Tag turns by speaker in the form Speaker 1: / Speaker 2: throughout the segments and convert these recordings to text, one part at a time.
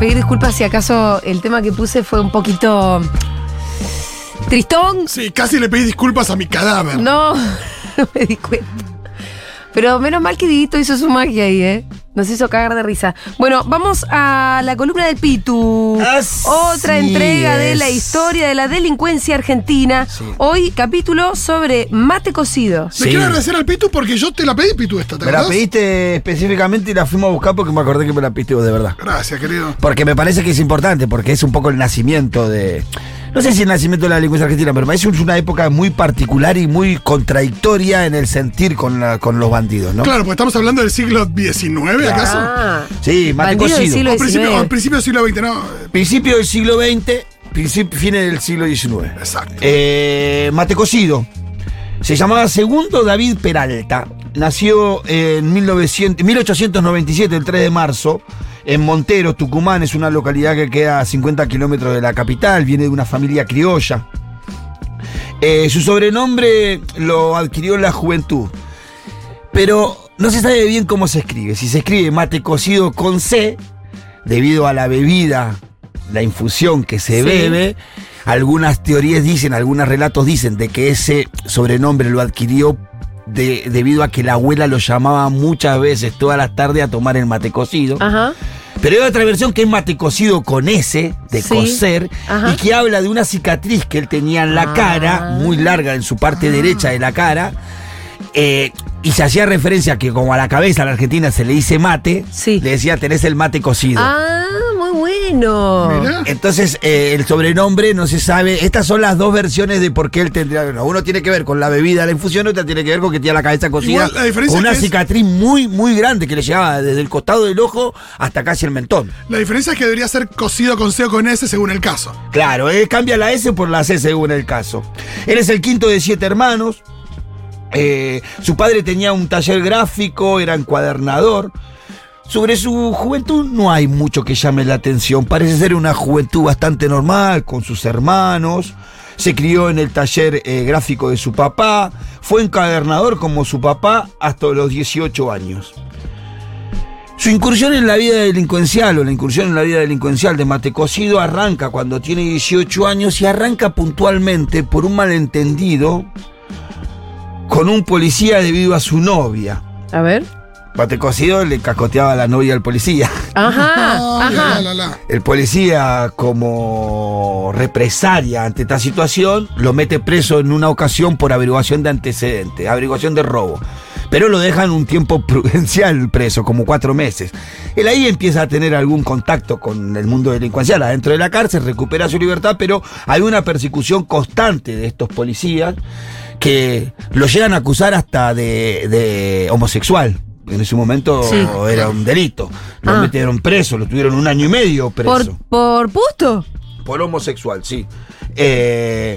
Speaker 1: pedir disculpas si acaso el tema que puse fue un poquito tristón.
Speaker 2: Sí, casi le pedí disculpas a mi cadáver.
Speaker 1: No me di cuenta. Pero menos mal que Dieguito hizo su magia ahí, Nos hizo cagar de risa. Bueno, vamos a la columna del Pitu. Otra entrega de la historia de la delincuencia argentina. Sí. Hoy, capítulo sobre mate cocido.
Speaker 2: Me quiero agradecer al Pitu porque yo te la pedí, Pitu, esta.
Speaker 3: Me la pediste específicamente y la fuimos a buscar porque me acordé que me la pediste vos de verdad.
Speaker 2: Gracias, querido.
Speaker 3: Porque me parece que es importante, porque es un poco el nacimiento de... No sé si el nacimiento de la delincuencia argentina, pero me parece una época muy particular y muy contradictoria en el sentir con los bandidos, ¿no?
Speaker 2: Claro, porque estamos hablando del siglo XIX, ¿acaso?
Speaker 3: Sí, mate cocido.
Speaker 2: O principio del siglo XX, ¿no?
Speaker 3: Principio del siglo XX, fines del siglo XIX.
Speaker 2: Exacto.
Speaker 3: Mate cocido. Se llamaba Segundo David Peralta. Nació en 1897, el 3 de marzo, en Montero, Tucumán. Es una localidad que queda a 50 kilómetros de la capital. Viene de una familia criolla. Su sobrenombre lo adquirió en la juventud. Pero no se sabe bien cómo se escribe. Si se escribe mate cocido con C, debido a la bebida, la infusión que se bebe. Algunas teorías dicen, algunos relatos dicen de que ese sobrenombre lo adquirió debido a que la abuela lo llamaba muchas veces todas las tardes a tomar el mate cocido. Ajá. Pero hay otra versión que es mate cocido con S, de cocer, y que habla de una cicatriz que él tenía en la cara, muy larga en su parte derecha de la cara, y se hacía referencia a que como a la cabeza a la Argentina se le dice mate, le decía tenés el mate cocido.
Speaker 1: Muy bueno.
Speaker 2: Mirá.
Speaker 3: Entonces, el sobrenombre no se sabe. Estas son las dos versiones de por qué él tendría. Uno tiene que ver con la bebida, la infusión, otra tiene que ver con que tenía la cabeza cocida. Con una cicatriz muy, muy grande que le llegaba desde el costado del ojo hasta casi el mentón.
Speaker 2: La diferencia es que debería ser cocido con C o con S según el caso.
Speaker 3: Claro, él cambia la S por la C según el caso. Él es el quinto de 7 hermanos. Su padre tenía un taller gráfico, era encuadernador. Sobre su juventud no hay mucho que llame la atención. Parece ser una juventud bastante normal, con sus hermanos. Se crió en el taller gráfico de su papá. Fue encuadernador como su papá hasta los 18 años. Su incursión en la vida delincuencial de mate cocido arranca cuando tiene 18 años y arranca puntualmente por un malentendido con un policía debido a su novia.
Speaker 1: A ver.
Speaker 3: Mate cocido le cacoteaba a la novia al policía.
Speaker 1: Ajá.
Speaker 3: El policía, como represalia ante esta situación, lo mete preso en una ocasión por averiguación de antecedentes, averiguación de robo. Pero lo dejan un tiempo prudencial preso, como 4 meses. Él ahí empieza a tener algún contacto con el mundo delincuencial. Adentro de la cárcel recupera su libertad, pero hay una persecución constante de estos policías que lo llegan a acusar hasta de homosexual. En ese momento era un delito. Lo metieron preso, lo tuvieron 1 año y medio preso.
Speaker 1: ¿Por puto?
Speaker 3: Por homosexual, sí. Él,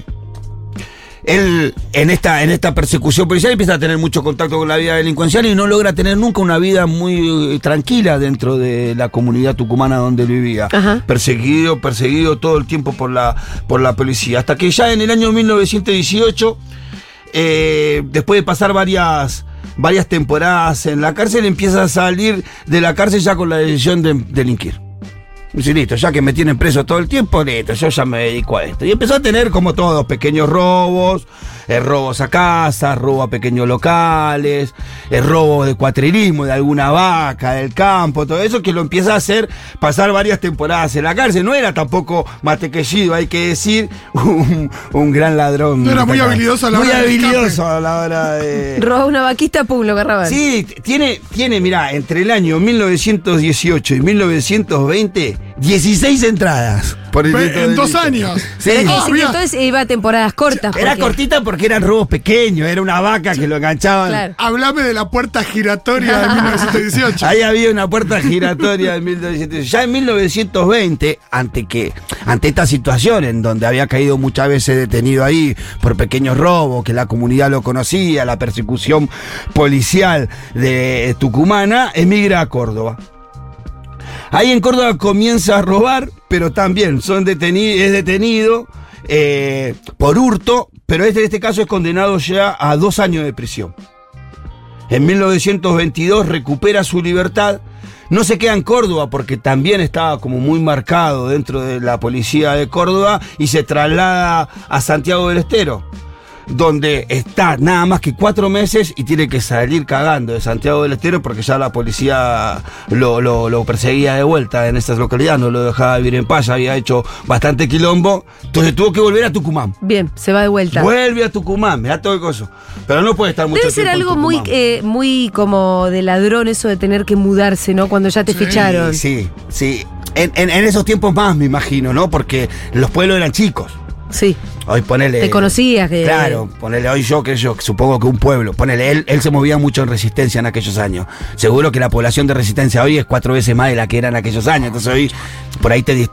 Speaker 3: en esta persecución policial, empieza a tener mucho contacto con la vida delincuencial y no logra tener nunca una vida muy tranquila dentro de la comunidad tucumana donde él vivía. Perseguido todo el tiempo por la policía. Hasta que ya en el año 1918, después de pasar varias temporadas en la cárcel, empieza a salir de la cárcel ya con la decisión de delinquir. Dice, listo, ya que me tienen preso todo el tiempo, listo, yo ya me dedico a esto. Y empezó a tener, como todos, pequeños robos, robos a casas, robo a pequeños locales, robo de cuatrerismo, de alguna vaca, del campo, todo eso, que lo empieza a hacer pasar varias temporadas en la cárcel. No era tampoco matequellido, hay que decir, un gran ladrón.
Speaker 2: No era muy habilidoso a la hora
Speaker 3: de...
Speaker 1: Robó una vaquita, pum, lo agarraban.
Speaker 3: Sí, tiene, mirá, entre el año 1918 y 1920, 16 entradas.
Speaker 2: En 2 años.
Speaker 1: Sí. Entonces iba a temporadas cortas.
Speaker 3: Era cortita porque eran robos pequeños, era una vaca que lo enganchaban. Claro.
Speaker 2: Hablame de la puerta giratoria de 1918.
Speaker 3: Ahí había una puerta giratoria de 1918. Ya en 1920, ante esta situación en donde había caído muchas veces detenido ahí por pequeños robos, que la comunidad lo conocía, la persecución policial de tucumana, emigra a Córdoba. Ahí en Córdoba comienza a robar, pero también es detenido por hurto, pero en este caso es condenado ya a 2 años de prisión. En 1922 recupera su libertad, No se queda en Córdoba porque también estaba como muy marcado dentro de la policía de Córdoba y se traslada a Santiago del Estero, donde está nada más que 4 meses y tiene que salir cagando de Santiago del Estero porque ya la policía lo perseguía de vuelta en esas localidades, no lo dejaba vivir en paz, ya había hecho bastante quilombo, entonces tuvo que volver a Tucumán.
Speaker 1: Bien, se va de vuelta.
Speaker 3: Vuelve a Tucumán, mirá todo el coso. Pero no puede estar mucho
Speaker 1: Debe ser
Speaker 3: tiempo
Speaker 1: algo
Speaker 3: en Tucumán.
Speaker 1: muy como de ladrón eso de tener que mudarse, ¿no? Cuando ya te ficharon.
Speaker 3: Sí. En esos tiempos más, me imagino, ¿no? Porque los pueblos eran chicos.
Speaker 1: Sí.
Speaker 3: Hoy ponele.
Speaker 1: Te conocías.
Speaker 3: Claro, ponele hoy yo supongo que un pueblo. Ponele, él se movía mucho en Resistencia en aquellos años. Seguro que la población de Resistencia hoy es 4 veces más de la que era en aquellos años. Entonces hoy, por ahí te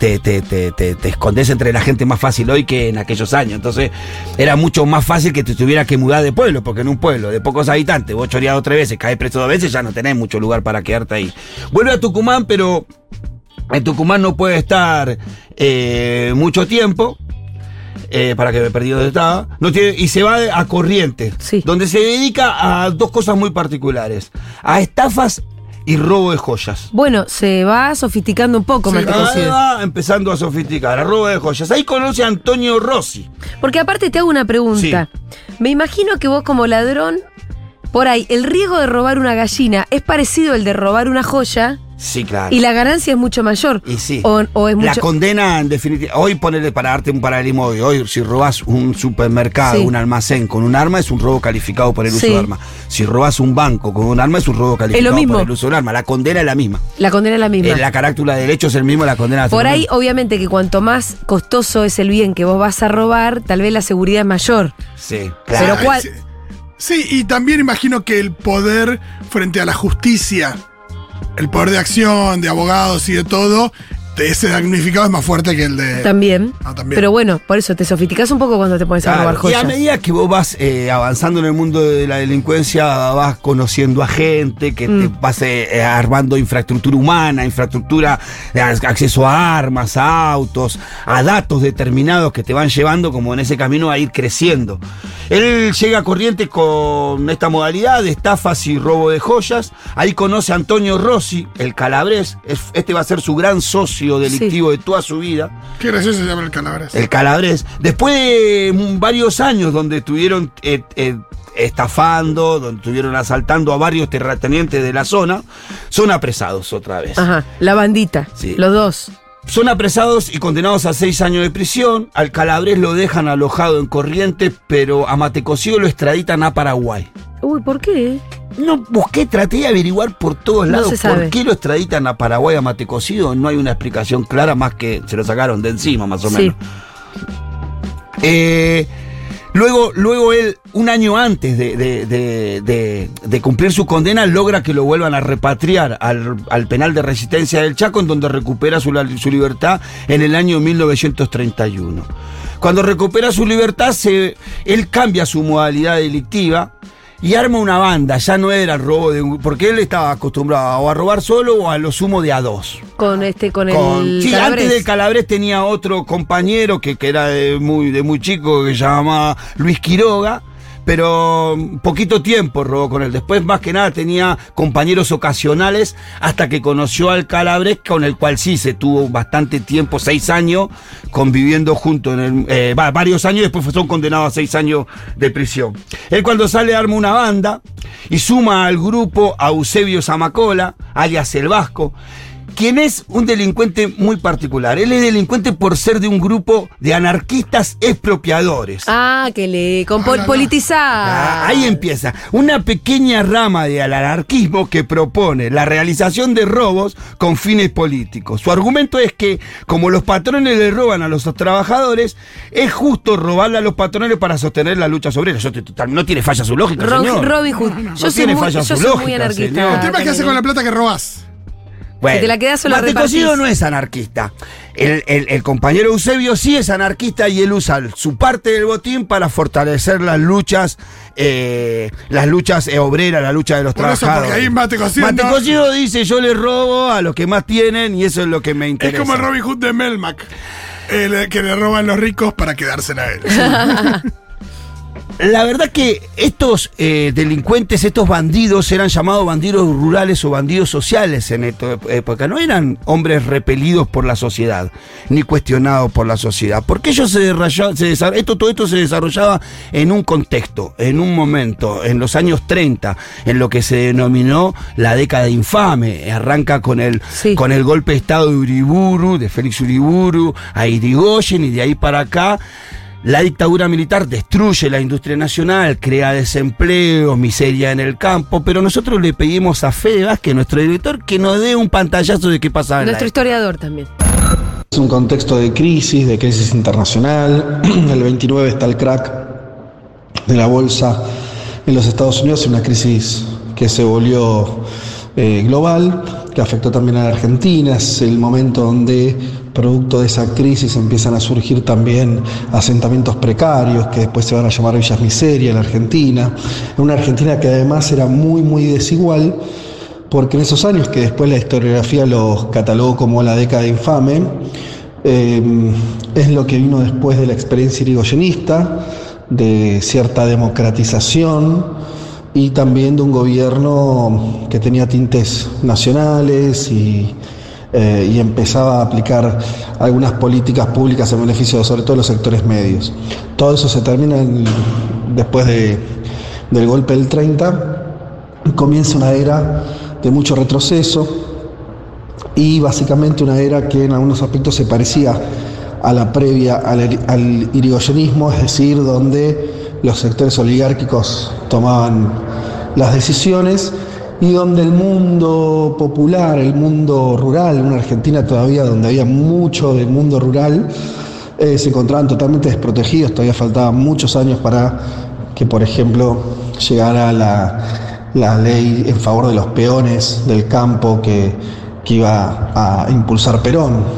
Speaker 3: escondes entre la gente más fácil hoy que en aquellos años. Entonces era mucho más fácil que te tuvieras que mudar de pueblo, porque en un pueblo de pocos habitantes, vos choreado 3 veces, caes preso 2 veces, ya no tenés mucho lugar para quedarte ahí. Vuelve a Tucumán, pero en Tucumán no puede estar mucho tiempo. Para que me perdí donde estaba. Y se va a Corrientes,
Speaker 1: sí,
Speaker 3: donde se dedica a 2 cosas muy particulares: a estafas y robo de joyas.
Speaker 1: Bueno, se va sofisticando un poco,
Speaker 3: Se
Speaker 1: Matecocido.
Speaker 3: va empezando a sofisticar, a robo de joyas. Ahí conoce a Antonio Rossi.
Speaker 1: Porque aparte te hago una pregunta. Me imagino que vos como ladrón, por ahí, el riesgo de robar una gallina es parecido al de robar una joya.
Speaker 3: Sí, claro.
Speaker 1: Y la ganancia es mucho mayor.
Speaker 3: Y sí.
Speaker 1: O es mucho...
Speaker 3: La condena, en definitiva. Hoy, ponerle para darte un paralelismo, hoy si robás un supermercado,
Speaker 1: sí,
Speaker 3: un almacén con un arma, es un robo calificado por el uso
Speaker 1: sí,
Speaker 3: de arma. Si robás un banco con un arma, es un robo calificado por el uso de un arma. La condena es la misma.
Speaker 1: La condena es la misma.
Speaker 3: La carátula del hecho es el mismo, la condena es
Speaker 1: Por
Speaker 3: la
Speaker 1: ahí,
Speaker 3: misma.
Speaker 1: obviamente, que cuanto más costoso es el bien que vos vas a robar, tal vez la seguridad es mayor.
Speaker 3: Sí, claro.
Speaker 1: Pero ¿cuál?
Speaker 2: Sí, y también imagino que el poder frente a la justicia, el poder de acción, de abogados y de todo, ese damnificado es más fuerte que el de...
Speaker 1: También.
Speaker 2: También.
Speaker 1: Pero bueno, por eso te sofisticás un poco cuando te pones a robar joyas.
Speaker 3: Y a medida que vos vas avanzando en el mundo de la delincuencia, vas conociendo a gente, que te vas armando infraestructura humana, infraestructura de acceso a armas, a autos, a datos determinados que te van llevando como en ese camino a ir creciendo. Él llega a Corrientes con esta modalidad de estafas y robo de joyas. Ahí conoce a Antonio Rossi, el calabrés. Este va a ser su gran socio delictivo, sí, de toda su vida.
Speaker 2: Qué gracioso se llama el calabrés.
Speaker 3: El calabrés. Después de varios años donde estuvieron estafando, donde estuvieron asaltando a varios terratenientes de la zona, son apresados otra vez.
Speaker 1: Ajá, la bandita, sí, los 2.
Speaker 3: Son apresados y condenados a 6 años de prisión. Al calabrés lo dejan alojado en Corrientes, pero a Matecocido lo extraditan a Paraguay.
Speaker 1: Uy, ¿por qué?
Speaker 3: No busqué, traté de averiguar por todos lados por qué lo extraditan a Paraguay a Matecocido. No hay una explicación clara, más que se lo sacaron de encima, más o menos. Luego él, un año antes de cumplir su condena, logra que lo vuelvan a repatriar al penal de Resistencia del Chaco, en donde recupera su libertad en el año 1931. Cuando recupera su libertad, él cambia su modalidad delictiva y arma una banda. Ya no era el robo porque él estaba acostumbrado o a robar solo o a lo sumo de a 2.
Speaker 1: Con el
Speaker 3: sí,
Speaker 1: calabrés.
Speaker 3: Antes del calabrés tenía otro compañero que era de muy chico, que se llamaba Luis Quiroga, pero poquito tiempo robó con él. Después, más que nada, tenía compañeros ocasionales hasta que conoció al calabrés, con el cual sí se tuvo bastante tiempo, 6 años, conviviendo juntos, varios años. Después son condenados a 6 años de prisión. Él, cuando sale, arma una banda y suma al grupo a Eusebio Zamacola, alias El Vasco, quien es un delincuente muy particular. Él es delincuente por ser de un grupo de anarquistas expropiadores.
Speaker 1: Ah, que le politizar.
Speaker 3: Ahí empieza. Una pequeña rama del anarquismo que propone la realización de robos con fines políticos. Su argumento es que, como los patrones le roban a los trabajadores, es justo robarle a los patrones para sostener la lucha obrera. No tiene falla su lógica, señor.
Speaker 1: Robin Hood. Yo soy muy anarquista.
Speaker 2: El tema es que hace con la plata que robás.
Speaker 3: Bueno,
Speaker 1: si te la quedás solo
Speaker 3: Matecocido no es anarquista. El compañero Eusebio sí es anarquista y él usa su parte del botín para fortalecer las luchas obreras, la lucha de los trabajadores.
Speaker 2: Porque ahí
Speaker 3: Matecocido dice: yo le robo a los que más tienen y eso es lo que me interesa.
Speaker 2: Es como el Robin Hood de Melmac, que le roban los ricos para quedársela a él.
Speaker 3: La verdad que estos delincuentes, estos bandidos, eran llamados bandidos rurales o bandidos sociales en esta época. No eran hombres repelidos por la sociedad, ni cuestionados por la sociedad. Porque ellos todo esto se desarrollaba en un contexto, en un momento, en los años 30, en lo que se denominó la década infame. Arranca con el golpe de Estado de Uriburu, de Félix Uriburu, a Irigoyen, y de ahí para acá la dictadura militar destruye la industria nacional, crea desempleo, miseria en el campo, pero nosotros le pedimos a Fede Vázquez, nuestro director, que nos dé un pantallazo de qué pasaba en
Speaker 1: nuestro historiador también.
Speaker 4: Es un contexto de crisis internacional. El 29 está el crack de la bolsa en los Estados Unidos, una crisis que se volvió global, que afectó también a la Argentina. Es el momento donde, producto de esa crisis, empiezan a surgir también asentamientos precarios, que después se van a llamar villas miseria en la Argentina. Una Argentina que además era muy, muy desigual, porque en esos años, que después la historiografía los catalogó como la década infame, es lo que vino después de la experiencia irigoyenista, de cierta democratización, y también de un gobierno que tenía tintes nacionales y empezaba a aplicar algunas políticas públicas en beneficio de sobre todo los sectores medios. Todo eso se termina después del golpe del 30, y comienza una era de mucho retroceso, y básicamente una era que en algunos aspectos se parecía a la previa al irigoyenismo, es decir, donde los sectores oligárquicos tomaban las decisiones y donde el mundo popular, el mundo rural, una Argentina todavía donde había mucho del mundo rural, se encontraban totalmente desprotegidos. Todavía faltaban muchos años para que, por ejemplo, llegara la ley en favor de los peones del campo que iba a impulsar Perón.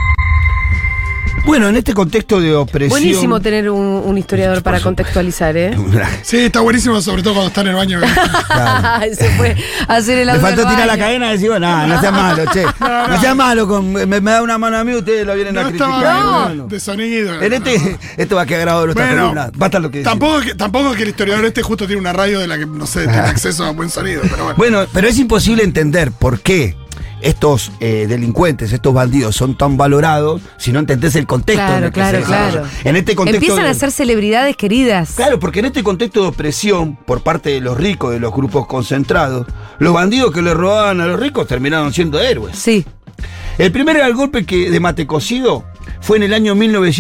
Speaker 3: Bueno, en este contexto de opresión...
Speaker 1: Buenísimo tener un historiador para contextualizar, ¿eh?
Speaker 2: Sí, está buenísimo, sobre todo cuando está en el baño.
Speaker 3: Claro.
Speaker 1: Se fue a hacer el
Speaker 3: Le faltó tirar la cadena y decir, no sea malo, che. No sea malo, me da una mano a mí, ustedes lo vienen a criticar.
Speaker 2: De sonido.
Speaker 3: En esto va a quedar grabado en nuestra columna. Basta lo que
Speaker 2: tampoco que el historiador justo tiene una radio de la que, no sé, tiene acceso a buen sonido, pero bueno.
Speaker 3: Bueno, pero es imposible entender por qué estos delincuentes, estos bandidos son tan valorados si no entendés el contexto.
Speaker 1: Claro.
Speaker 3: En este contexto
Speaker 1: empiezan a ser celebridades queridas.
Speaker 3: Claro, porque en este contexto de opresión por parte de los ricos, de los grupos concentrados, los bandidos que le robaban a los ricos terminaron siendo héroes.
Speaker 1: Sí.
Speaker 3: El primer golpe de mate cocido fue en el año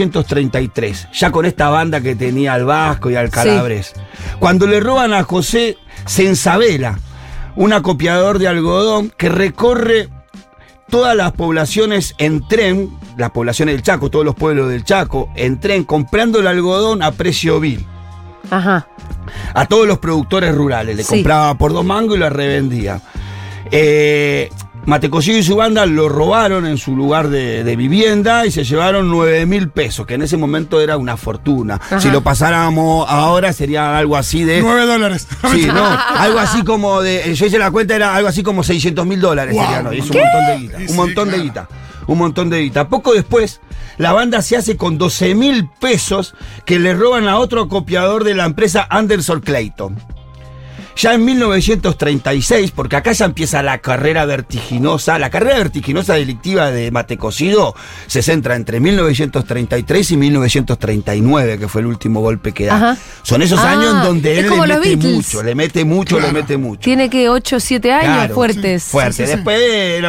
Speaker 3: 1933, ya con esta banda que tenía al Vasco y al Calabres. Sí. Cuando le roban a José Sensabela, un acopiador de algodón que recorre todas las poblaciones en tren, las poblaciones del Chaco, todos los pueblos del Chaco, en tren, comprando el algodón a precio vil.
Speaker 1: Ajá.
Speaker 3: A todos los productores rurales. Le compraba por 2 mangos y lo revendía. Mate Cocido y su banda lo robaron en su lugar de vivienda y se llevaron 9.000 pesos, que en ese momento era una fortuna. Ajá. Si lo pasáramos ahora sería algo así de...
Speaker 2: $9.
Speaker 3: Sí, no, algo así como de... Yo hice la cuenta, era algo así como $600.000.
Speaker 2: Wow.
Speaker 3: Sería, ¿no? Y es un montón de guita. Un montón de guita. Poco después, la banda se hace con 12.000 pesos que le roban a otro acopiador de la empresa Anderson Clayton. Ya en 1936, porque acá ya empieza la carrera vertiginosa delictiva de Mate Cocido se centra entre 1933 y 1939, que fue el último golpe que da. Ajá. Son esos años en donde él le mete mucho.
Speaker 1: Tiene que 8 o 7 años, claro, fuertes.
Speaker 3: Sí. Después era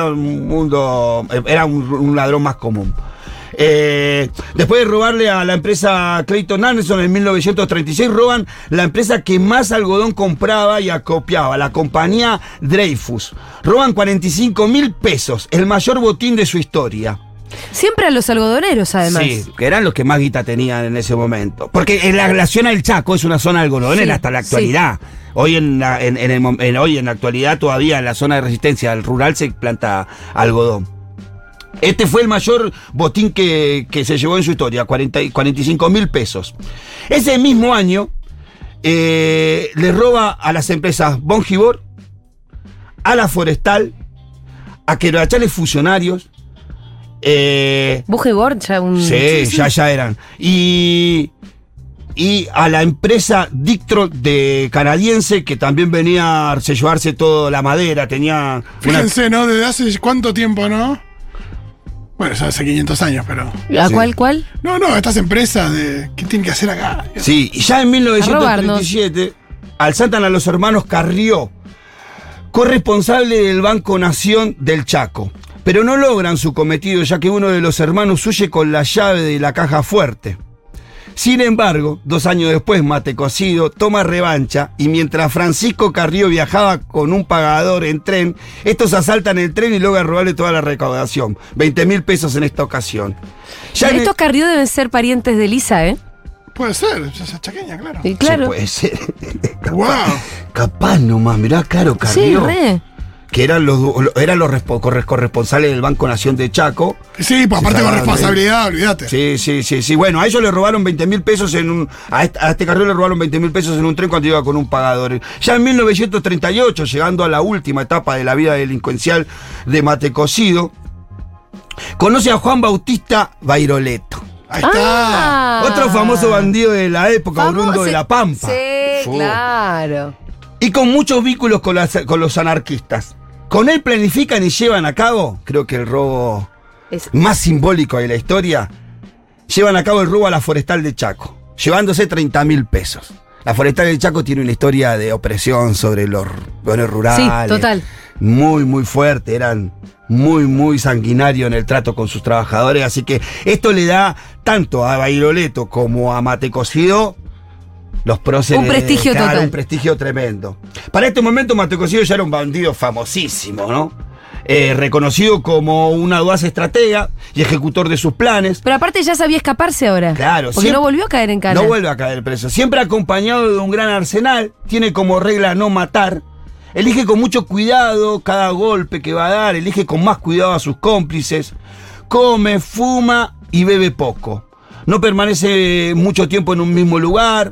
Speaker 3: un ladrón más común. Después de robarle a la empresa Clayton Anderson en 1936, roban la empresa que más algodón compraba y acopiaba, la compañía Dreyfus. Roban 45.000 pesos, el mayor botín de su historia.
Speaker 1: Siempre a los algodoneros, además.
Speaker 3: Sí, que eran los que más guita tenían en ese momento. Porque la zona del Chaco es una zona algodonera hasta la actualidad. Sí. Hoy en la actualidad todavía en la zona de resistencia al rural se planta algodón. Este fue el mayor botín que se llevó en su historia, 45.000 pesos. Ese mismo año le roba a las empresas Bongibor, a la Forestal, a Quebrachales Fusionarios.
Speaker 1: Bongibor ya un...
Speaker 3: Sí, ya eran. Y y a la empresa Dictro de canadiense, que también venía a llevarse toda la madera, tenía...
Speaker 2: Fíjense, ¿no? ¿Desde hace cuánto tiempo, no? Bueno, eso hace 500 años, pero...
Speaker 1: ¿A cuál?
Speaker 2: No, estas empresas de... ¿Qué tienen que hacer acá?
Speaker 3: Sí, y ya en 1937 alzatan a los hermanos Carrió, corresponsable del Banco Nación del Chaco. Pero no logran su cometido, ya que uno de los hermanos huye con la llave de la caja fuerte. Sin embargo, 2 años después, Matecocido toma revancha y mientras Francisco Carrió viajaba con un pagador en tren, estos asaltan el tren y logran robarle toda la recaudación. 20.000 pesos en esta ocasión.
Speaker 1: Estos Carrió deben ser parientes de Lisa, ¿eh?
Speaker 2: Puede ser, esa chaqueña, claro.
Speaker 1: Sí, claro.
Speaker 3: Sí, puede ser.
Speaker 2: Wow.
Speaker 3: Capaz nomás, mirá, claro, Carrió.
Speaker 1: Sí, re.
Speaker 3: Que eran los corresponsales del Banco Nación de Chaco.
Speaker 2: Sí, pues aparte con responsabilidad, olvídate.
Speaker 3: Sí. Bueno, a ellos le robaron 20.000 pesos a este Carrió le robaron 20.000 pesos en un tren cuando iba con un pagador. Ya en 1938, llegando a la última etapa de la vida delincuencial de Matecocido, conoce a Juan Bautista Bairoleto.
Speaker 2: Ahí está.
Speaker 3: Otro famoso bandido de la época, oriundo de La Pampa.
Speaker 1: Sí, claro.
Speaker 3: Y con muchos vínculos con los anarquistas. Con él planifican y llevan a cabo, creo que el robo más simbólico de la historia, llevan a cabo el robo a la Forestal de Chaco, llevándose 30.000 pesos. La Forestal de Chaco tiene una historia de opresión sobre los peones rurales.
Speaker 1: Sí, total.
Speaker 3: Muy, muy fuerte, eran muy sanguinarios en el trato con sus trabajadores, así que esto le da tanto a Bairoleto como a Matecocido los próceres,
Speaker 1: un prestigio total.
Speaker 3: Un prestigio tremendo. Para este momento Matecocido ya era un bandido famosísimo, ¿no? Reconocido como un audaz estratega y ejecutor de sus planes.
Speaker 1: Pero aparte ya sabía escaparse ahora.
Speaker 3: Claro.
Speaker 1: Porque no volvió a caer en cana.
Speaker 3: No vuelve a caer preso. Siempre acompañado de un gran arsenal, tiene como regla no matar. Elige con mucho cuidado cada golpe que va a dar, elige con más cuidado a sus cómplices. Come, fuma y bebe poco. No permanece mucho tiempo en un mismo lugar.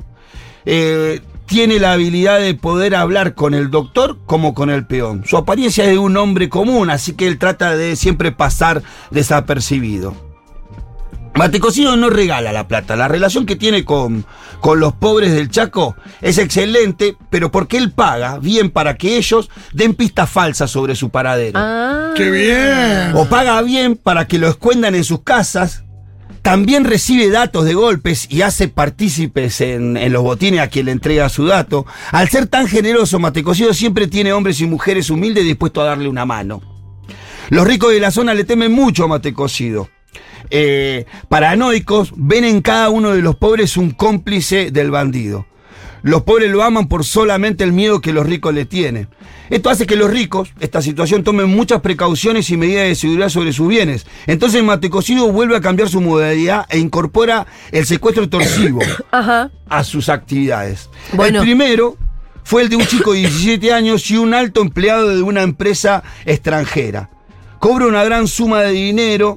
Speaker 3: Tiene la habilidad de poder hablar con el doctor como con el peón. Su apariencia es de un hombre común, así que él trata de siempre pasar desapercibido. Matecocido no regala la plata. La relación que tiene con los pobres del Chaco es excelente, pero porque él paga bien para que ellos den pistas falsas sobre su paradero.
Speaker 2: ¡Qué bien!
Speaker 3: O paga bien para que lo escondan en sus casas. También recibe datos de golpes y hace partícipes en los botines a quien le entrega su dato. Al ser tan generoso, Matecocido siempre tiene hombres y mujeres humildes dispuestos a darle una mano. Los ricos de la zona le temen mucho a Matecocido. Paranoicos, ven en cada uno de los pobres un cómplice del bandido. Los pobres lo aman por solamente el miedo que los ricos le tienen. Esto hace que los ricos, esta situación, tomen muchas precauciones y medidas de seguridad sobre sus bienes. Entonces Matecocido vuelve a cambiar su modalidad e incorpora el secuestro extorsivo a sus actividades. Bueno. El primero fue el de un chico de 17 años y un alto empleado de una empresa extranjera. Cobra una gran suma de dinero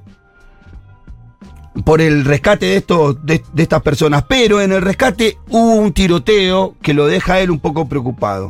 Speaker 3: por el rescate de estas personas, pero en el rescate hubo un tiroteo que lo deja a él un poco preocupado.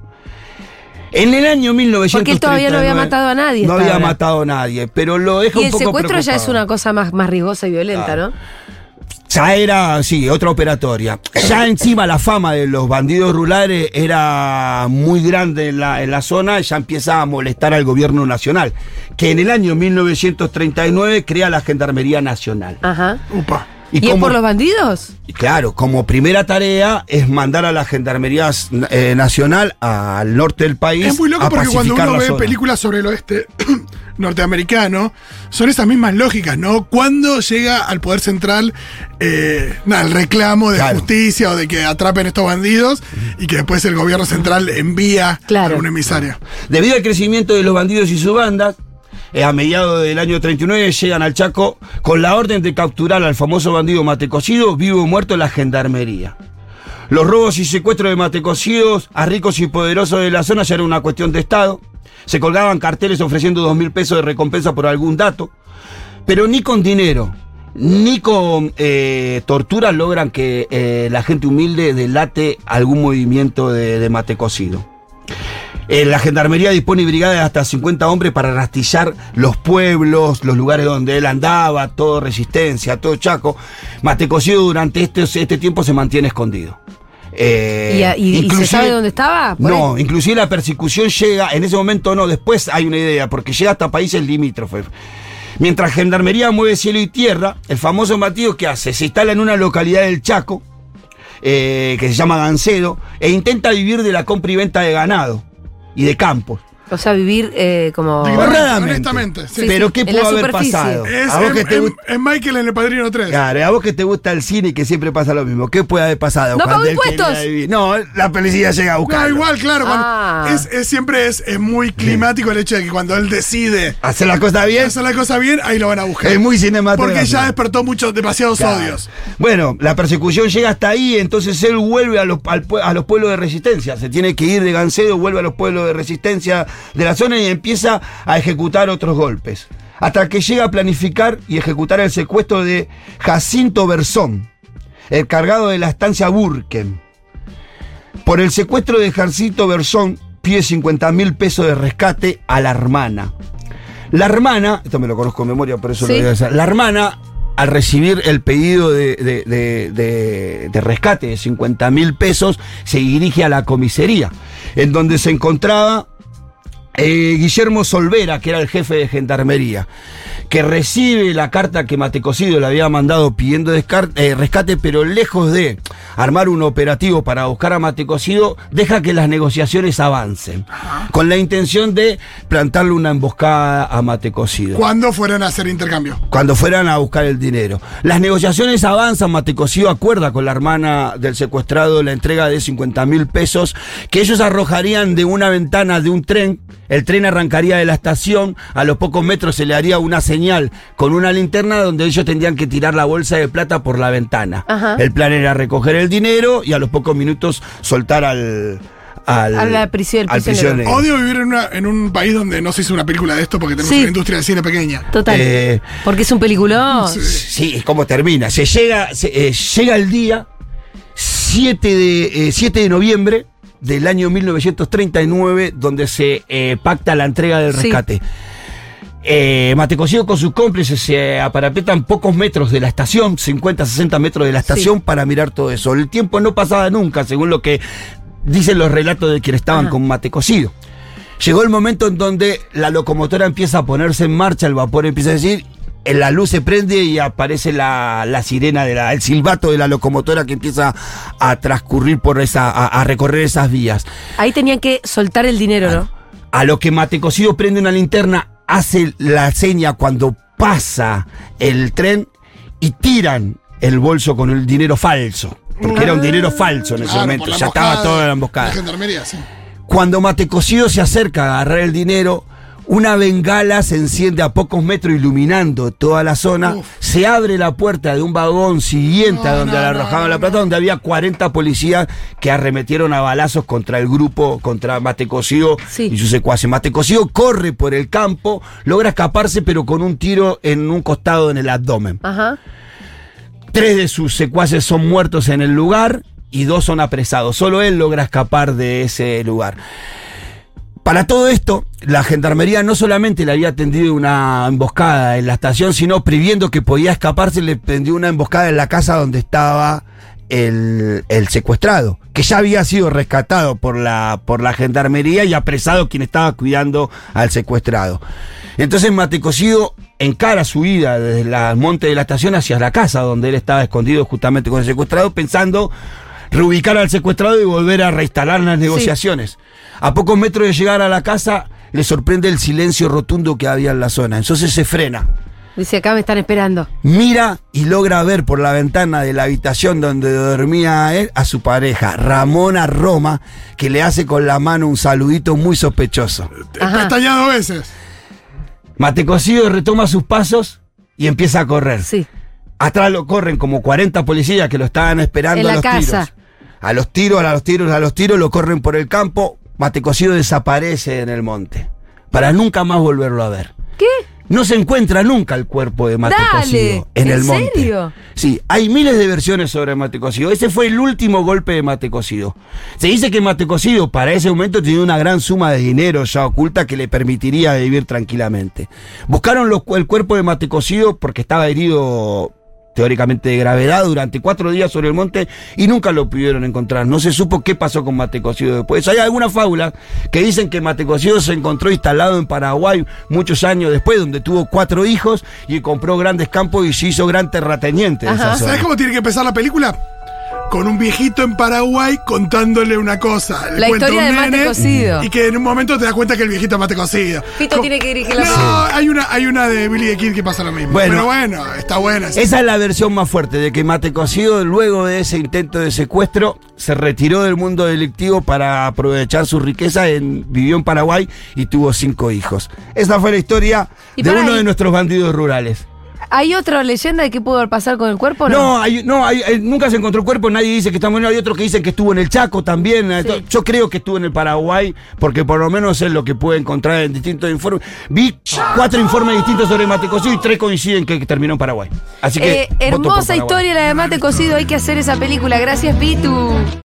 Speaker 3: En el año 1939...
Speaker 1: Porque él todavía no había matado a nadie.
Speaker 3: No había matado a nadie, pero lo deja un poco preocupado. Y el secuestro
Speaker 1: ya es una cosa más riesgosa y violenta, ¿no?
Speaker 3: Ya era, sí, otra operatoria. Ya encima la fama de los bandidos rurales era muy grande en la zona, y ya empieza a molestar al gobierno nacional, que en el año 1939 crea la Gendarmería Nacional.
Speaker 1: Ajá.
Speaker 2: Upa.
Speaker 1: ¿Y es por los bandidos?
Speaker 3: Claro, como primera tarea es mandar a la Gendarmería Nacional al norte del país.
Speaker 2: Es muy loco porque cuando uno ve películas sobre el oeste norteamericano, son esas mismas lógicas, ¿no? Cuando llega al poder central el reclamo de justicia o de que atrapen estos bandidos y que después el gobierno central envía a un emisario.
Speaker 3: Debido al crecimiento de los bandidos y sus bandas, a mediados del año 39 llegan al Chaco con la orden de capturar al famoso bandido Matecocido, vivo o muerto, en la Gendarmería. Los robos y secuestros de Matecocidos a ricos y poderosos de la zona ya era una cuestión de Estado. Se colgaban carteles ofreciendo 2.000 pesos de recompensa por algún dato, pero ni con dinero ni con tortura logran que la gente humilde delate algún movimiento de Matecocido. La gendarmería dispone brigadas de hasta 50 hombres para rastrillar los pueblos, los lugares donde él andaba, todo Resistencia, todo Chaco. Matecocido durante este tiempo se mantiene escondido.
Speaker 1: ¿Y se sabe dónde estaba?
Speaker 3: No, inclusive la persecución llega, en ese momento no, después hay una idea, porque llega hasta países limítrofes. Mientras Gendarmería mueve cielo y tierra, el famoso Matías, ¿qué hace? Se instala en una localidad del Chaco, que se llama Gancedo, e intenta vivir de la compra y venta de ganado y de campos.
Speaker 1: O sea, vivir como...
Speaker 2: Honestamente, sí.
Speaker 3: Pero ¿qué pudo haber pasado?
Speaker 2: Es Michael en El Padrino 3.
Speaker 3: Claro, a vos que te gusta el cine y que siempre pasa lo mismo. ¿Qué puede haber pasado?
Speaker 1: ¿No pagó impuestos?
Speaker 3: No, la policía llega a buscar.
Speaker 2: No, igual, claro. Siempre es muy climático el hecho de que cuando él decide
Speaker 3: hacer la cosa bien,
Speaker 2: ahí lo van a buscar.
Speaker 3: Es muy cinematográfico.
Speaker 2: Porque ya despertó demasiados odios.
Speaker 3: Bueno, la persecución llega hasta ahí, entonces él vuelve a los pueblos de Resistencia. Se tiene que ir de Gancedo, vuelve a los pueblos de Resistencia de la zona y empieza a ejecutar otros golpes. Hasta que llega a planificar y ejecutar el secuestro de Jacinto Berzón, el cargado de la estancia Burken. Por el secuestro de Jacinto Berzón, pide 50.000 pesos de rescate a la hermana. La hermana, esto me lo conozco de memoria, por eso lo voy a decir. La hermana, al recibir el pedido de rescate de 50.000 pesos, se dirige a la comisaría, en donde se encontraba Guillermo Solvera, que era el jefe de gendarmería, que recibe la carta que Matecocido le había mandado pidiendo rescate, pero lejos de armar un operativo para buscar a Matecocido, deja que las negociaciones avancen, con la intención de plantarle una emboscada a Matecocido.
Speaker 2: ¿Cuándo fueran a hacer intercambio?
Speaker 3: Cuando fueran a buscar el dinero. Las negociaciones avanzan, Matecocido acuerda con la hermana del secuestrado la entrega de 50.000 pesos, que ellos arrojarían de una ventana de un tren. El tren arrancaría de la estación, a los pocos metros se le haría una señal con una linterna donde ellos tendrían que tirar la bolsa de plata por la ventana. Ajá. El plan era recoger el dinero y a los pocos minutos soltar a la prisionero.
Speaker 2: Odio vivir en un país donde no se hizo una película de esto porque tenemos una industria de cine pequeña.
Speaker 1: Total. Porque es un peliculón.
Speaker 3: Sí, ¿cómo termina? Llega el día 7 de noviembre del año 1939, donde se pacta la entrega del rescate. Matecocido con sus cómplices se aparapetan pocos metros de la estación, 50, 60 metros de la estación, para mirar todo eso. El tiempo no pasaba nunca, según lo que dicen los relatos de quienes estaban con Matecocido. Llegó el momento en donde la locomotora empieza a ponerse en marcha, el vapor empieza a decir, la luz se prende y aparece la sirena, el silbato de la locomotora que empieza a transcurrir a recorrer esas vías.
Speaker 1: Ahí tenían que soltar el dinero, ¿no?
Speaker 3: A lo que Matecocido prende una linterna, hace la seña cuando pasa el tren y tiran el bolso con el dinero falso. Porque era un dinero falso en ese momento, ya estaba toda la emboscada. La gendarmería, sí. Cuando Matecocido se acerca a agarrar el dinero, una bengala se enciende a pocos metros iluminando toda la zona. Se abre la puerta de un vagón siguiente a donde le arrojaban la plata, donde había 40 policías que arremetieron a balazos contra el grupo, contra Matecocido y sus secuaces. Matecocido corre por el campo, logra escaparse, pero con un tiro en un costado en el abdomen. Ajá. 3 de sus secuaces son muertos en el lugar y 2 son apresados. Solo él logra escapar de ese lugar. Para todo esto, la gendarmería no solamente le había tendido una emboscada en la estación, sino previendo que podía escaparse, le tendió una emboscada en la casa donde estaba el secuestrado, que ya había sido rescatado por la gendarmería y apresado quien estaba cuidando al secuestrado. Entonces Matecocido encara su ida desde el monte de la estación hacia la casa donde él estaba escondido justamente con el secuestrado, pensando reubicar al secuestrado y volver a reinstalar las negociaciones. A pocos metros de llegar a la casa, le sorprende el silencio rotundo que había en la zona. Entonces se frena.
Speaker 1: Dice, acá me están esperando.
Speaker 3: Mira y logra ver por la ventana de la habitación donde dormía él a su pareja, Ramona Roma, que le hace con la mano un saludito muy sospechoso.
Speaker 2: Pestañea 2 veces.
Speaker 3: Matecocido retoma sus pasos y empieza a correr.
Speaker 1: Sí.
Speaker 3: Atrás lo corren como 40 policías que lo estaban esperando
Speaker 1: en la casa.
Speaker 3: A los tiros, lo corren por el campo. Matecocido desaparece en el monte, para nunca más volverlo a ver.
Speaker 1: ¿Qué?
Speaker 3: no se encuentra nunca el cuerpo de Mate Cocido en el monte.
Speaker 1: ¿En serio?
Speaker 3: Sí, hay miles de versiones sobre Mate Cocido. Ese fue el último golpe de Mate Cocido. Se dice que Mate Cocido para ese momento tenía una gran suma de dinero ya oculta que le permitiría vivir tranquilamente. Buscaron el cuerpo de Mate Cocido porque estaba herido teóricamente de gravedad durante 4 días sobre el monte y nunca lo pudieron encontrar. No se supo qué pasó con Mate Cocido después. Hay algunas fábulas que dicen que Mate Cocido se encontró instalado en Paraguay muchos años después, donde tuvo 4 hijos y compró grandes campos y se hizo gran terrateniente de esa zona.
Speaker 2: ¿Sabes cómo tiene que empezar la película? Con un viejito en Paraguay contándole una cosa.
Speaker 1: La historia de Mate Cocido.
Speaker 2: Y que en un momento te das cuenta que el viejito es Mate Cocido.
Speaker 1: Fito tiene que dirigir la
Speaker 2: No, hay una de Billy the Kid que pasa lo mismo. Pero bueno, está buena. Sí.
Speaker 3: Esa es la versión más fuerte, de que Mate Cocido, luego de ese intento de secuestro, se retiró del mundo delictivo para aprovechar su riqueza, vivió en Paraguay y tuvo 5 hijos. Esa fue la historia de uno de nuestros bandidos rurales.
Speaker 1: ¿Hay otra leyenda de qué pudo pasar con el cuerpo?
Speaker 3: No, nunca se encontró el cuerpo, nadie dice que está muerto, hay otros que dicen que estuvo en el Chaco también. Sí. Yo creo que estuvo en el Paraguay, porque por lo menos es lo que pude encontrar en distintos informes. Vi 4 informes distintos sobre Mate Cocido y 3 coinciden que terminó en Paraguay. Así que
Speaker 1: hermosa historia la de Mate Cocido, hay que hacer esa película. Gracias, Pitu.